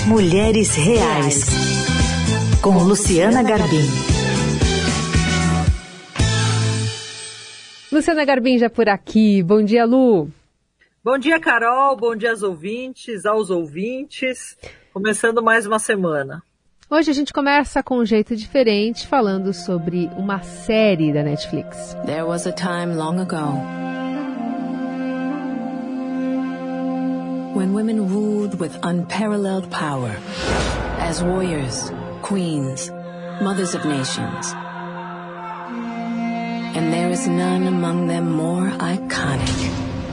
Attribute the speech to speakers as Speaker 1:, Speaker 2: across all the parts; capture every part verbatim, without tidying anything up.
Speaker 1: Mulheres Reais, com Luciana Garbim.
Speaker 2: Luciana Garbim já por aqui. Bom dia, Lu.
Speaker 3: Bom dia, Carol. Bom dia aos ouvintes, aos ouvintes. Começando mais uma semana.
Speaker 2: Hoje a gente começa com um jeito diferente, falando sobre uma série da Netflix.
Speaker 4: There was a time long ago when women ruled with unparalleled power as warriors, queens, mothers of nations. And there is none among them more iconic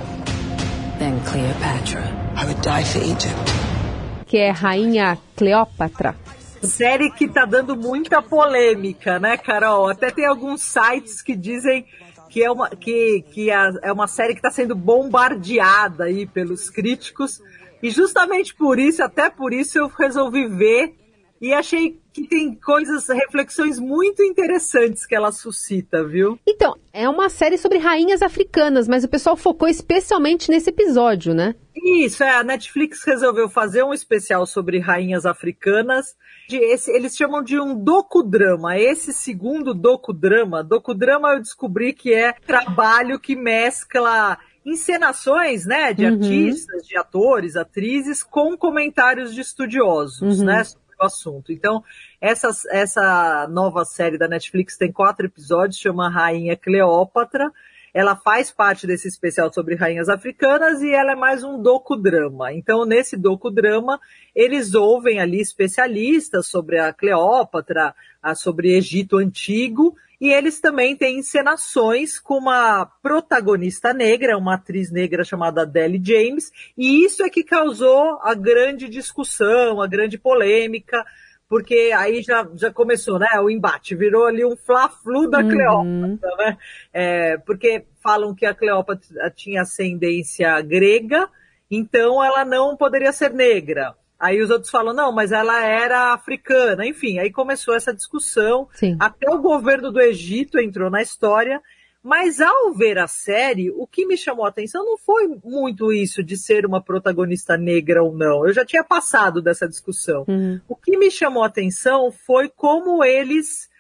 Speaker 4: than Cleopatra.
Speaker 5: I would die for Egypt.
Speaker 2: Que é Rainha Cleópatra.
Speaker 3: Série que tá dando muita polêmica, né, Carol? Até tem alguns sites que dizem que é uma, que, que é uma série que está sendo bombardeada aí pelos críticos. E justamente por isso, até por isso, eu resolvi ver e achei que tem coisas, reflexões muito interessantes que ela suscita, viu?
Speaker 2: Então, é uma série sobre rainhas africanas, mas o pessoal focou especialmente nesse episódio, né?
Speaker 3: Isso, é, a Netflix resolveu fazer um especial sobre rainhas africanas. De esse, eles chamam de um docudrama. Esse segundo docudrama, docudrama eu descobri que é trabalho que mescla encenações, né, de uhum. artistas, de atores, atrizes, com comentários de estudiosos, uhum. né, sobre o assunto. Então, essa, essa nova série da Netflix tem quatro episódios, chama Rainha Cleópatra. Ela faz parte desse especial sobre rainhas africanas e ela é mais um docudrama. Então, nesse docudrama, eles ouvem ali especialistas sobre a Cleópatra, sobre Egito Antigo, e eles também têm encenações com uma protagonista negra, uma atriz negra chamada Adele James, e isso é que causou a grande discussão, a grande polêmica, porque aí já, já começou, né, o embate, virou ali um fla-flu da Cleópatra, uhum. né, é, porque falam que a Cleópatra tinha ascendência grega, então ela não poderia ser negra. Aí os outros falam, não, mas ela era africana, enfim, aí começou essa discussão,
Speaker 2: Sim.
Speaker 3: Até o governo do Egito entrou na história, mas ao ver a série, o que me chamou a atenção não foi muito isso de ser uma protagonista negra ou não, eu já tinha passado dessa discussão.
Speaker 2: Uhum.
Speaker 3: O que me chamou a atenção foi como eles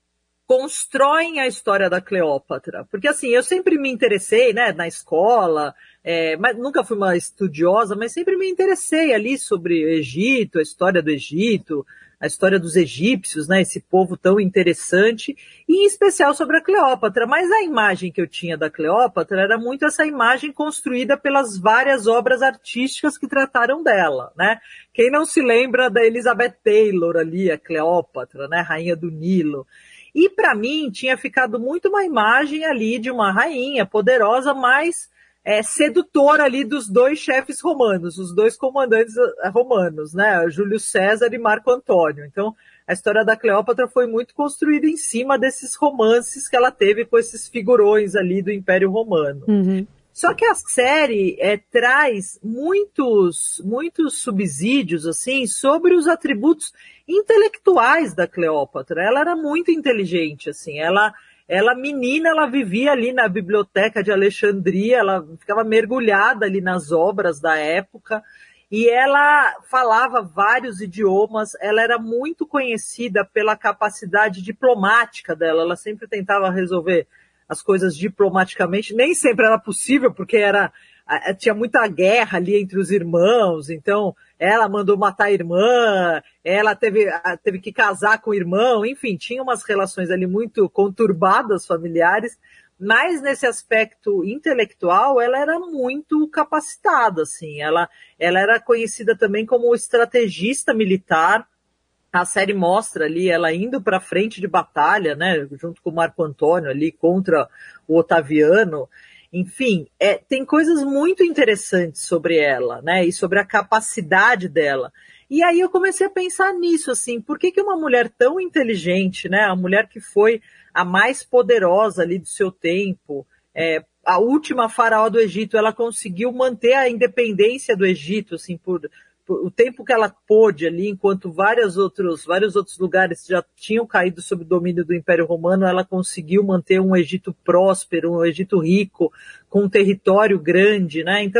Speaker 3: constroem a história da Cleópatra, porque assim, eu sempre me interessei, né, na escola, é, mas nunca fui uma estudiosa, mas sempre me interessei ali sobre o Egito, a história do Egito, a história dos egípcios, né, esse povo tão interessante, e em especial sobre a Cleópatra, mas a imagem que eu tinha da Cleópatra era muito essa imagem construída pelas várias obras artísticas que trataram dela, né, quem não se lembra da Elizabeth Taylor ali, a Cleópatra, né, rainha do Nilo. E para mim tinha ficado muito uma imagem ali de uma rainha poderosa, mas é, sedutora ali dos dois chefes romanos, os dois comandantes romanos, né, Júlio César e Marco Antônio. Então a história da Cleópatra foi muito construída em cima desses romances que ela teve com esses figurões ali do Império Romano.
Speaker 2: Uhum.
Speaker 3: Só que a série é, traz muitos, muitos subsídios assim, sobre os atributos intelectuais da Cleópatra. Ela era muito inteligente, assim, ela, ela menina, ela vivia ali na biblioteca de Alexandria, ela ficava mergulhada ali nas obras da época, e ela falava vários idiomas, ela era muito conhecida pela capacidade diplomática dela, ela sempre tentava resolver as coisas diplomaticamente, nem sempre era possível, porque era, tinha muita guerra ali entre os irmãos, então ela mandou matar a irmã, ela teve, teve que casar com o irmão, enfim, tinha umas relações ali muito conturbadas familiares, mas nesse aspecto intelectual ela era muito capacitada, assim, ela, ela era conhecida também como estrategista militar. A série mostra ali ela indo para frente de batalha, né, junto com o Marco Antônio ali contra o Otaviano. Enfim, é, tem coisas muito interessantes sobre ela, né, e sobre a capacidade dela. E aí eu comecei a pensar nisso, assim, por que que uma mulher tão inteligente, né, a mulher que foi a mais poderosa ali do seu tempo, é, a última faraó do Egito, ela conseguiu manter a independência do Egito, assim, por... o tempo que ela pôde ali, enquanto vários outros, vários outros lugares já tinham caído sob o domínio do Império Romano, ela conseguiu manter um Egito próspero, um Egito rico, com um território grande, né? Então,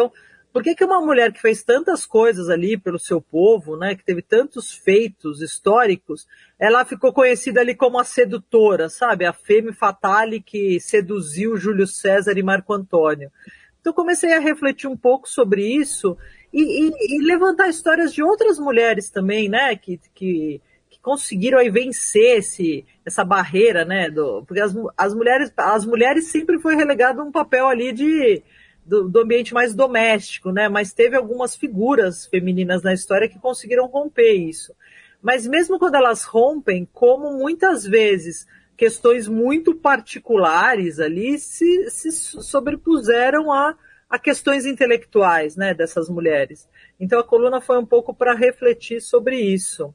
Speaker 3: Por que que uma mulher que fez tantas coisas ali pelo seu povo, né, que teve tantos feitos históricos, ela ficou conhecida ali como a sedutora, sabe? A femme fatale que seduziu Júlio César e Marco Antônio. Então comecei a refletir um pouco sobre isso e, e, e levantar histórias de outras mulheres também, né, que, que, que conseguiram aí vencer esse, essa barreira, né, do, porque as, as, mulheres, as mulheres sempre foi relegado um papel ali de, do, do ambiente mais doméstico, né, mas teve algumas figuras femininas na história que conseguiram romper isso. Mas mesmo quando elas rompem, como muitas vezes questões muito particulares ali se, se sobrepuseram a, a questões intelectuais, né, dessas mulheres. Então a coluna foi um pouco para refletir sobre isso.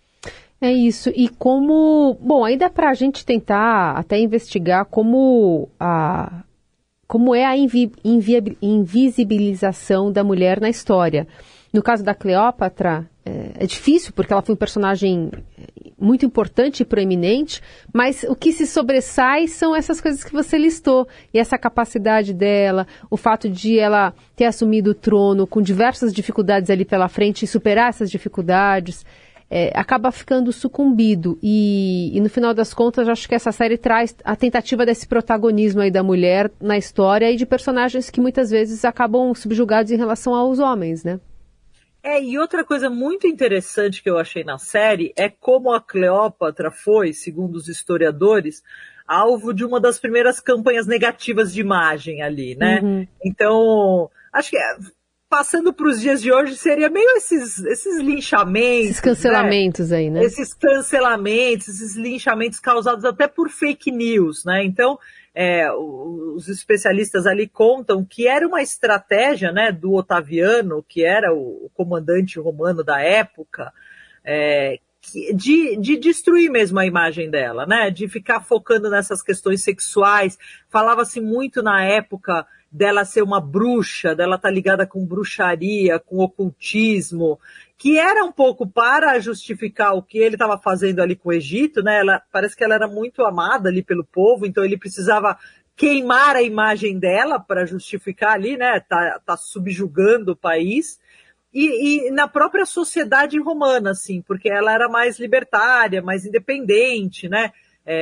Speaker 2: É isso. E como... Bom, aí dá para a gente tentar até investigar como, a, como é a invi, invi, invisibilização da mulher na história. No caso da Cleópatra, é, é difícil, porque ela foi um personagem muito importante e proeminente, mas o que se sobressai são essas coisas que você listou. E essa capacidade dela, o fato de ela ter assumido o trono com diversas dificuldades ali pela frente e superar essas dificuldades, é, acaba ficando sucumbido. E, e no final das contas, eu acho que essa série traz a tentativa desse protagonismo aí da mulher na história e de personagens que muitas vezes acabam subjugados em relação aos homens, né?
Speaker 3: É, e outra coisa muito interessante que eu achei na série é como a Cleópatra foi, segundo os historiadores, alvo de uma das primeiras campanhas negativas de imagem ali, né? Uhum. Então, acho que passando para os dias de hoje seria meio esses, esses linchamentos.
Speaker 2: Esses cancelamentos, né? Aí, né?
Speaker 3: Esses cancelamentos, esses linchamentos causados até por fake news, né? Então, É, os especialistas ali contam que era uma estratégia, né, do Otaviano, que era o, o comandante romano da época, é, que, de, de destruir mesmo a imagem dela, né, de ficar focando nessas questões sexuais. Falava-se muito na época dela ser uma bruxa, dela estar ligada com bruxaria, com ocultismo, que era um pouco para justificar o que ele estava fazendo ali com o Egito, né? Ela, parece que ela era muito amada ali pelo povo, então ele precisava queimar a imagem dela para justificar ali, né? Tá, tá subjugando o país. E, e na própria sociedade romana, assim, porque ela era mais libertária, mais independente, né?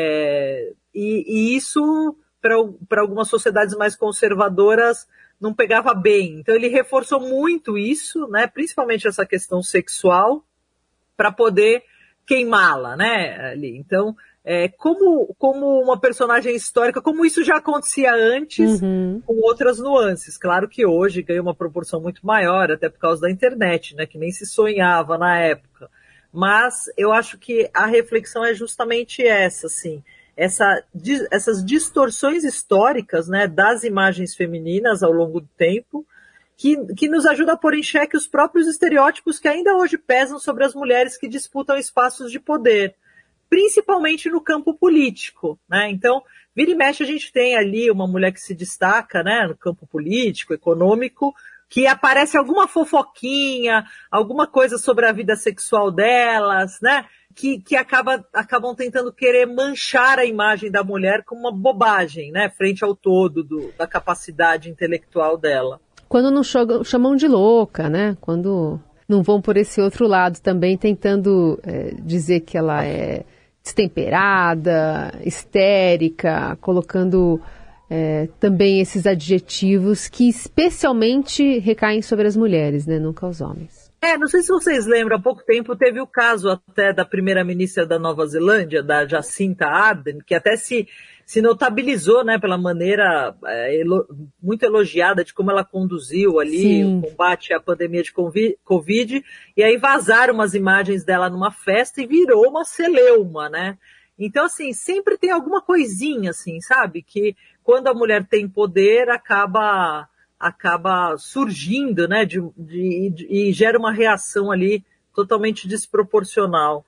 Speaker 3: É, e, e isso, para algumas sociedades mais conservadoras, não pegava bem. Então ele reforçou muito isso, né, principalmente essa questão sexual, para poder queimá-la, né, ali. Então, é, como, como uma personagem histórica, como isso já acontecia antes, uhum. com outras nuances. Claro que hoje ganha uma proporção muito maior, até por causa da internet, né, que nem se sonhava na época. Mas eu acho que a reflexão é justamente essa, assim, Essa, essas distorções históricas, né, das imagens femininas ao longo do tempo, que, que nos ajuda a pôr em xeque os próprios estereótipos que ainda hoje pesam sobre as mulheres que disputam espaços de poder, principalmente no campo político, né? Então, vira e mexe a gente tem ali uma mulher que se destaca, né, no campo político, econômico, que aparece alguma fofoquinha, alguma coisa sobre a vida sexual delas, né? Que, que acaba, acabam tentando querer manchar a imagem da mulher como uma bobagem, né, frente ao todo do, da capacidade intelectual dela.
Speaker 2: Quando não chamam de louca, né, quando não vão por esse outro lado também, tentando é, dizer que ela é destemperada, histérica, colocando é, também esses adjetivos que especialmente recaem sobre as mulheres, né, nunca os homens.
Speaker 3: É, não sei se vocês lembram, há pouco tempo teve o caso até da primeira-ministra da Nova Zelândia, da Jacinta Ardern, que até se, se notabilizou, né, pela maneira é, elo, muito elogiada de como ela conduziu ali Sim. o combate à pandemia de Covid, e aí vazaram umas imagens dela numa festa e virou uma celeuma, né? Então, assim, sempre tem alguma coisinha, assim, sabe? Que quando a mulher tem poder, acaba... acaba surgindo, né, de, de, de, e gera uma reação ali totalmente desproporcional.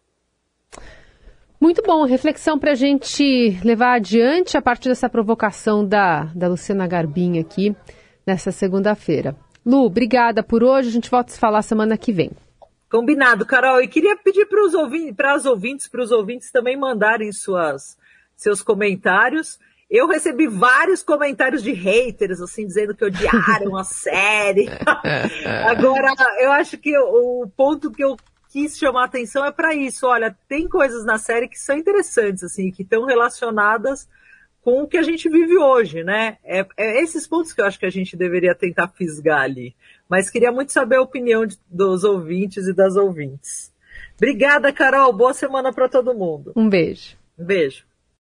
Speaker 2: Muito bom, reflexão para a gente levar adiante a partir dessa provocação da, da Luciana Garbim aqui, nessa segunda-feira. Lu, obrigada por hoje, a gente volta a se falar semana que vem.
Speaker 3: Combinado, Carol, e queria pedir para os ouvintes, para as ouvintes, para os ouvintes também mandarem suas, seus comentários. Eu recebi vários comentários de haters, assim, dizendo que odiaram a série. Agora, eu acho que o ponto que eu quis chamar a atenção é para isso. Olha, tem coisas na série que são interessantes, assim, que estão relacionadas com o que a gente vive hoje, né? É, é esses pontos que eu acho que a gente deveria tentar fisgar ali. Mas queria muito saber a opinião de, dos ouvintes e das ouvintes. Obrigada, Carol. Boa semana para todo mundo.
Speaker 2: Um beijo.
Speaker 3: Um beijo.